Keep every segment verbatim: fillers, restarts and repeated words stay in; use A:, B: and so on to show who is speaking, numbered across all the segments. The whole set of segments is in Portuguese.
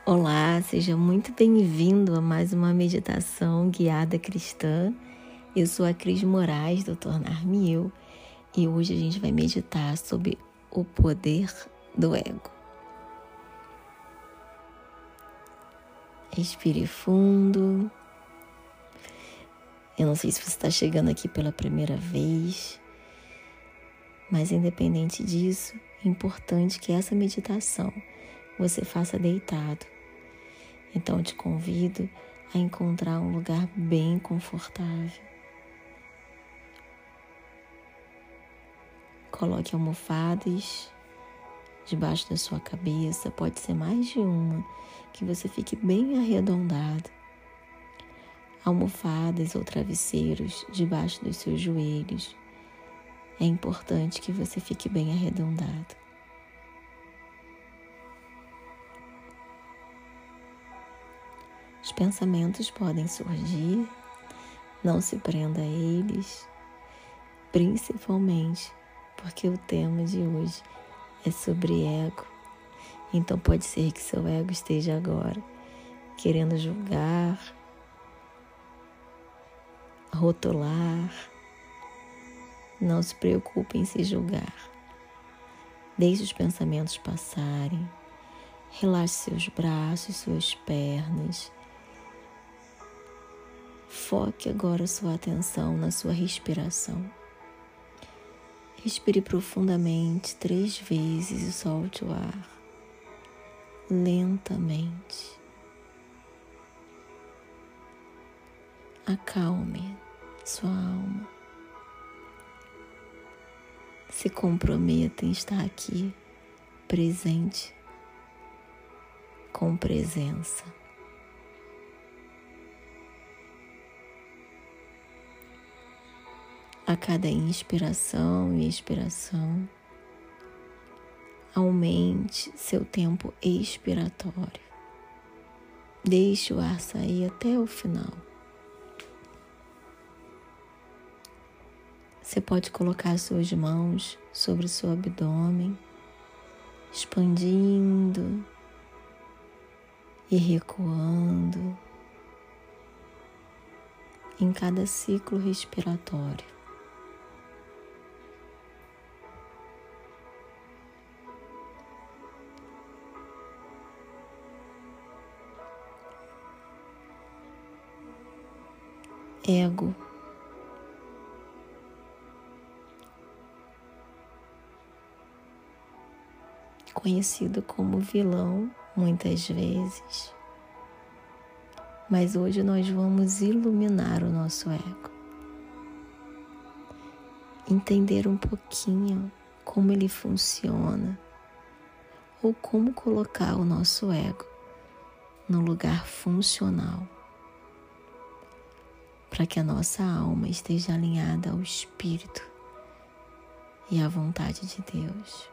A: Olá, seja muito bem-vindo a mais uma meditação guiada cristã. Eu sou a Cris Moraes, do Tornar-me Eu, e hoje a gente vai meditar sobre o poder do ego. Respire fundo. Eu não sei se você está chegando aqui pela primeira vez, mas independente disso, é importante que essa meditação você faça deitado. Então eu te convido a encontrar um lugar bem confortável. Coloque almofadas debaixo da sua cabeça, pode ser mais de uma, que você fique bem arredondado. Almofadas ou travesseiros debaixo dos seus joelhos. É importante que você fique bem arredondado. Os pensamentos podem surgir, não se prenda a eles, principalmente porque o tema de hoje é sobre ego. Então pode ser que seu ego esteja agora querendo julgar, rotular. Não se preocupe em se julgar. Deixe os pensamentos passarem. Relaxe seus braços, suas pernas. Foque agora sua atenção na sua respiração. Respire profundamente três vezes e solte o ar, lentamente. Acalme sua alma. Se comprometa em estar aqui, presente, com presença. A cada inspiração e expiração, aumente seu tempo expiratório. Deixe o ar sair até o final. Você pode colocar suas mãos sobre o seu abdômen, expandindo e recuando em cada ciclo respiratório. Ego. Conhecido como vilão muitas vezes, mas hoje nós vamos iluminar o nosso ego, entender um pouquinho como ele funciona ou como colocar o nosso ego no lugar funcional, para que a nossa alma esteja alinhada ao Espírito e à vontade de Deus.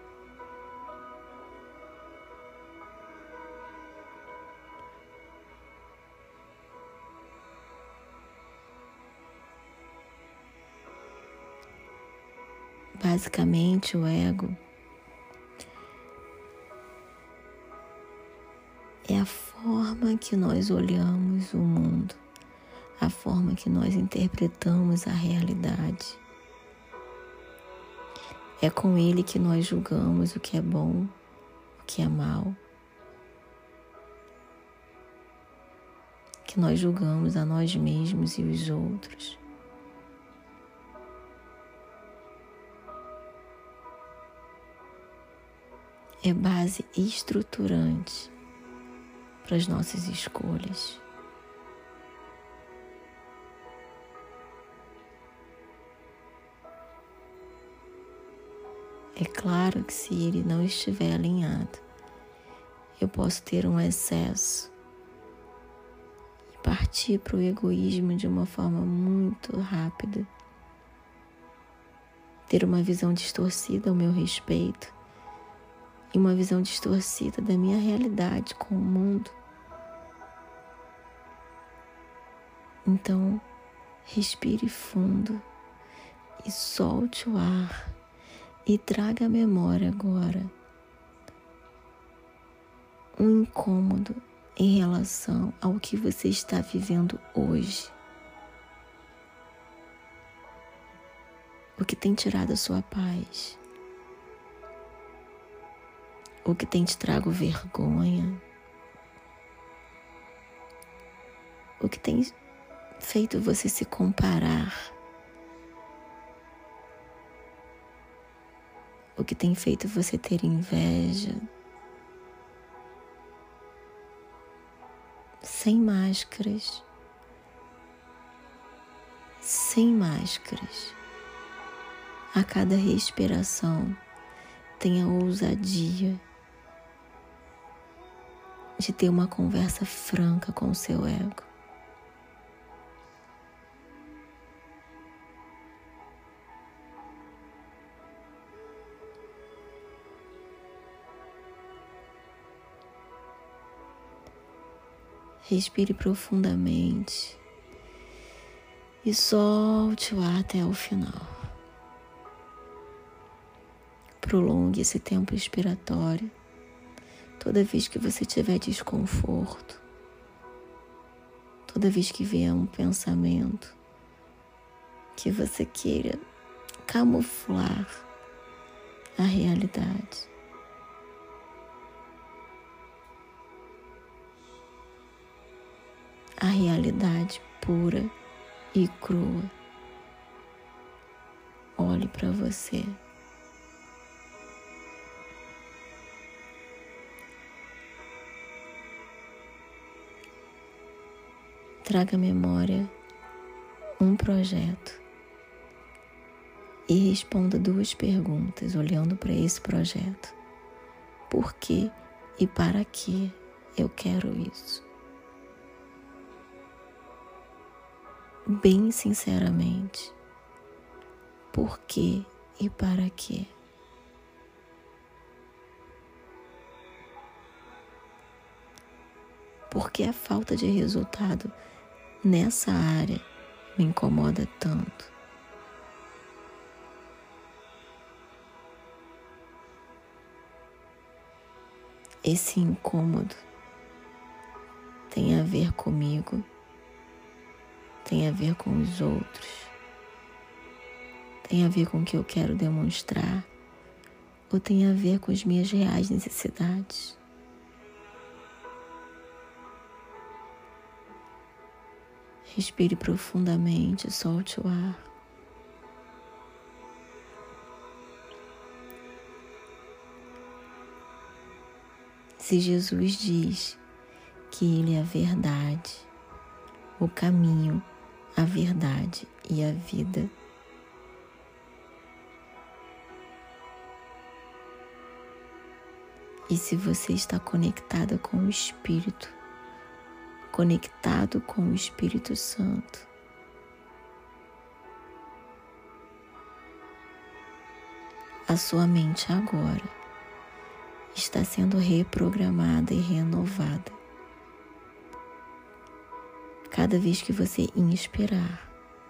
A: Basicamente, o ego é a forma que nós olhamos o mundo, a forma que nós interpretamos a realidade. É com ele que nós julgamos o que é bom, o que é mal, que nós julgamos a nós mesmos e os outros. É base estruturante para as nossas escolhas. É claro que se ele não estiver alinhado, eu posso ter um excesso e partir para o egoísmo de uma forma muito rápida, ter uma visão distorcida ao meu respeito e uma visão distorcida da minha realidade com o mundo. Então, respire fundo e solte o ar e traga à memória agora um incômodo em relação ao que você está vivendo hoje. O que tem tirado a sua paz? O que tem te trago vergonha? O que tem feito você se comparar? O que tem feito você ter inveja? Sem máscaras. Sem máscaras. A cada respiração, tenha ousadia de ter uma conversa franca com o seu ego. Respire profundamente e solte o ar até o final. Prolongue esse tempo expiratório toda vez que você tiver desconforto, toda vez que vier um pensamento que você queira camuflar a realidade. A realidade pura e crua. Olhe para você. Traga à memória um projeto e responda duas perguntas olhando para esse projeto. Por que e para que eu quero isso? Bem sinceramente, por que e para quê? Por que a falta de resultado nessa área me incomoda tanto? Esse incômodo tem a ver comigo? Tem a ver com os outros? Tem a ver com o que eu quero demonstrar? Ou tem a ver com as minhas reais necessidades? Respire profundamente, solte o ar. Se Jesus diz que Ele é a verdade, o caminho, a verdade e a vida, e se você está conectada com o Espírito, conectado com o Espírito Santo, a sua mente agora está sendo reprogramada e renovada. Cada vez que você inspirar,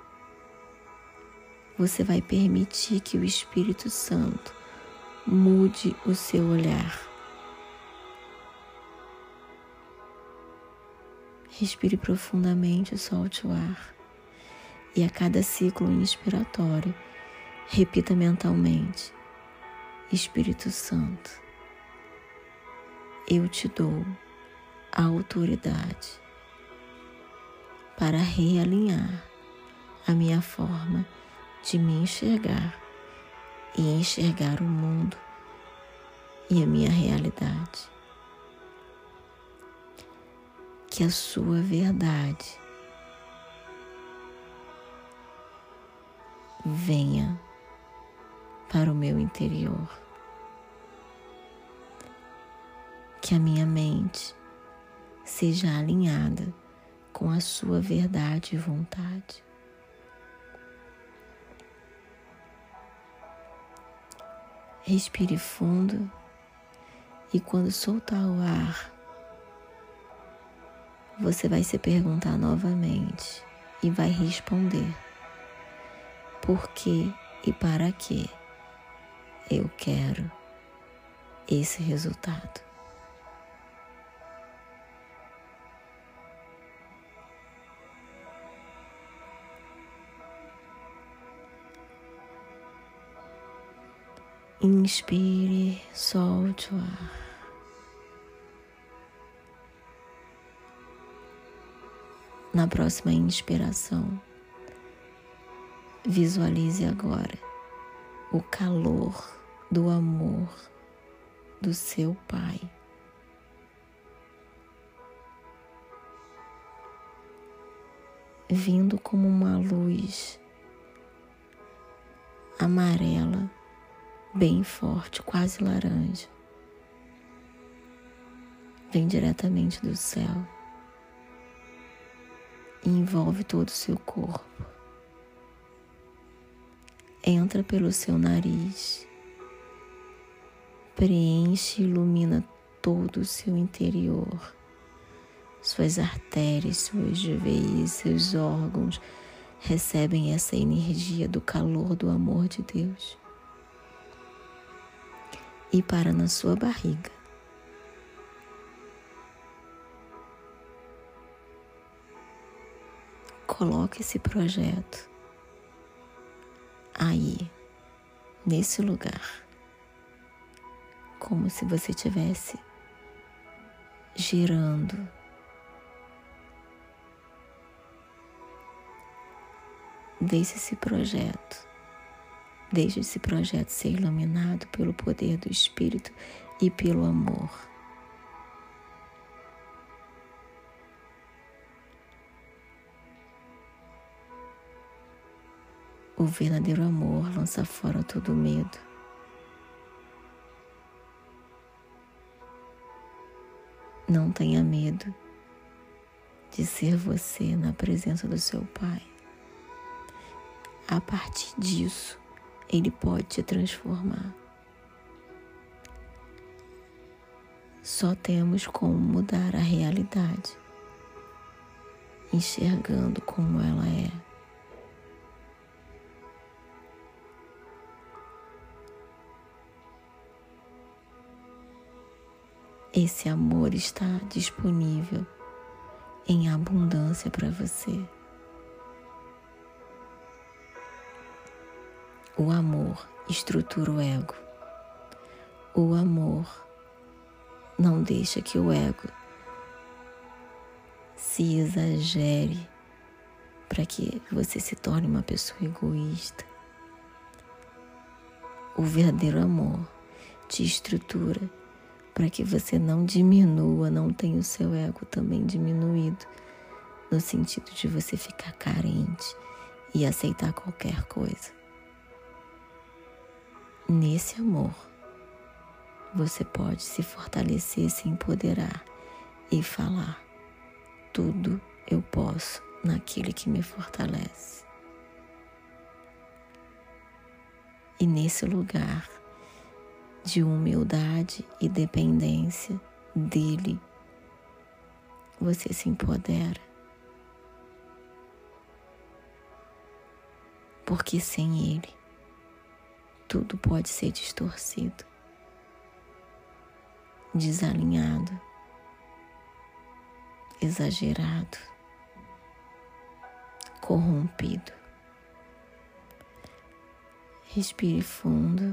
A: você vai permitir que o Espírito Santo mude o seu olhar. Respire profundamente, solte o ar. E a cada ciclo inspiratório, repita mentalmente: Espírito Santo, eu te dou a autoridade para realinhar a minha forma de me enxergar e enxergar o mundo e a minha realidade. Que a sua verdade venha para o meu interior. Que a minha mente seja alinhada com a sua verdade e vontade. Respire fundo e quando soltar o ar, você vai se perguntar novamente e vai responder: por que e para que eu quero esse resultado? Inspire, solte o ar. Na próxima inspiração, visualize agora o calor do amor do seu Pai. Vindo como uma luz amarela, bem forte, quase laranja. Vem diretamente do céu e envolve todo o seu corpo. Entra pelo seu nariz, preenche e ilumina todo o seu interior, suas artérias, suas veias, seus órgãos recebem essa energia do calor do amor de Deus. E para na sua barriga. Coloque esse projeto aí, nesse lugar, como se você estivesse girando. Deixe esse projeto, deixe esse projeto ser iluminado pelo poder do Espírito e pelo amor. O verdadeiro amor lança fora todo medo. Não tenha medo de ser você na presença do seu Pai. A partir disso, Ele pode te transformar. Só temos como mudar a realidade, enxergando como ela é. Esse amor está disponível em abundância para você. O amor estrutura o ego. O amor não deixa que o ego se exagere para que você se torne uma pessoa egoísta. O verdadeiro amor te estrutura para que você não diminua, não tenha o seu ego também diminuído, no sentido de você ficar carente e aceitar qualquer coisa. Nesse amor, você pode se fortalecer, se empoderar e falar: tudo eu posso naquele que me fortalece. E nesse lugar de humildade e dependência dele, você se empodera. Porque sem ele, tudo pode ser distorcido, desalinhado, exagerado, corrompido. Respire fundo.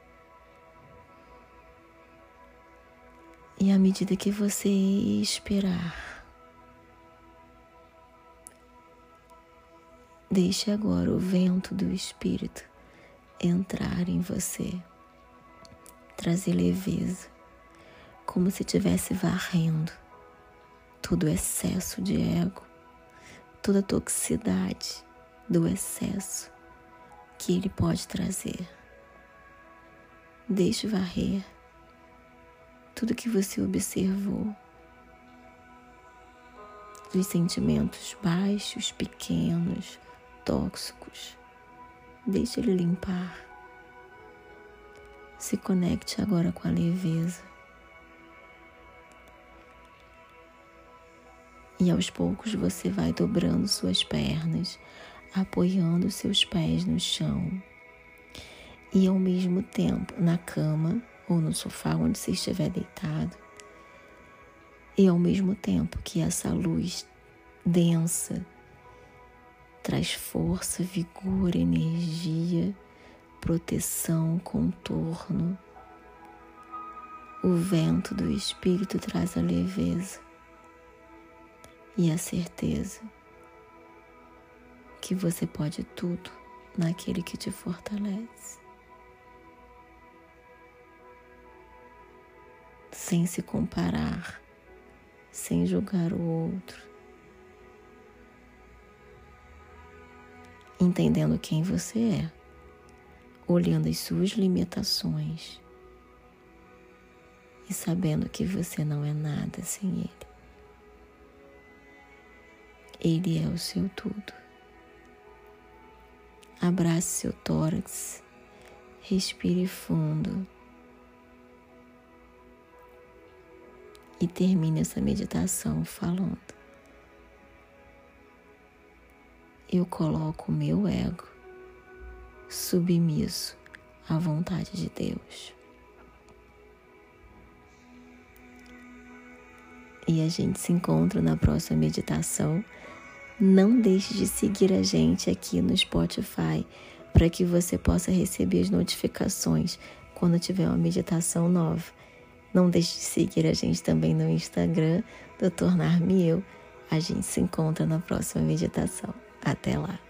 A: E à medida que você expirar, deixe agora o vento do Espírito entrar em você, trazer leveza, como se estivesse varrendo todo o excesso de ego, toda a toxicidade do excesso que ele pode trazer. Deixe varrer tudo que você observou, os sentimentos baixos, pequenos, tóxicos. Deixe ele limpar. Se conecte agora com a leveza. E aos poucos você vai dobrando suas pernas, apoiando seus pés no chão. E ao mesmo tempo, na cama ou no sofá onde você estiver deitado, e ao mesmo tempo que essa luz densa traz força, vigor, energia, proteção, contorno. O vento do Espírito traz a leveza e a certeza que você pode tudo naquele que te fortalece. Sem se comparar, sem julgar o outro, entendendo quem você é, olhando as suas limitações e sabendo que você não é nada sem Ele. Ele é o seu tudo. Abrace seu tórax, respire fundo e termine essa meditação falando: eu coloco o meu ego submisso à vontade de Deus. E a gente se encontra na próxima meditação. Não deixe de seguir a gente aqui no Spotify para que você possa receber as notificações quando tiver uma meditação nova. Não deixe de seguir a gente também no Instagram do Tornar-me Eu. A gente se encontra na próxima meditação. Até lá!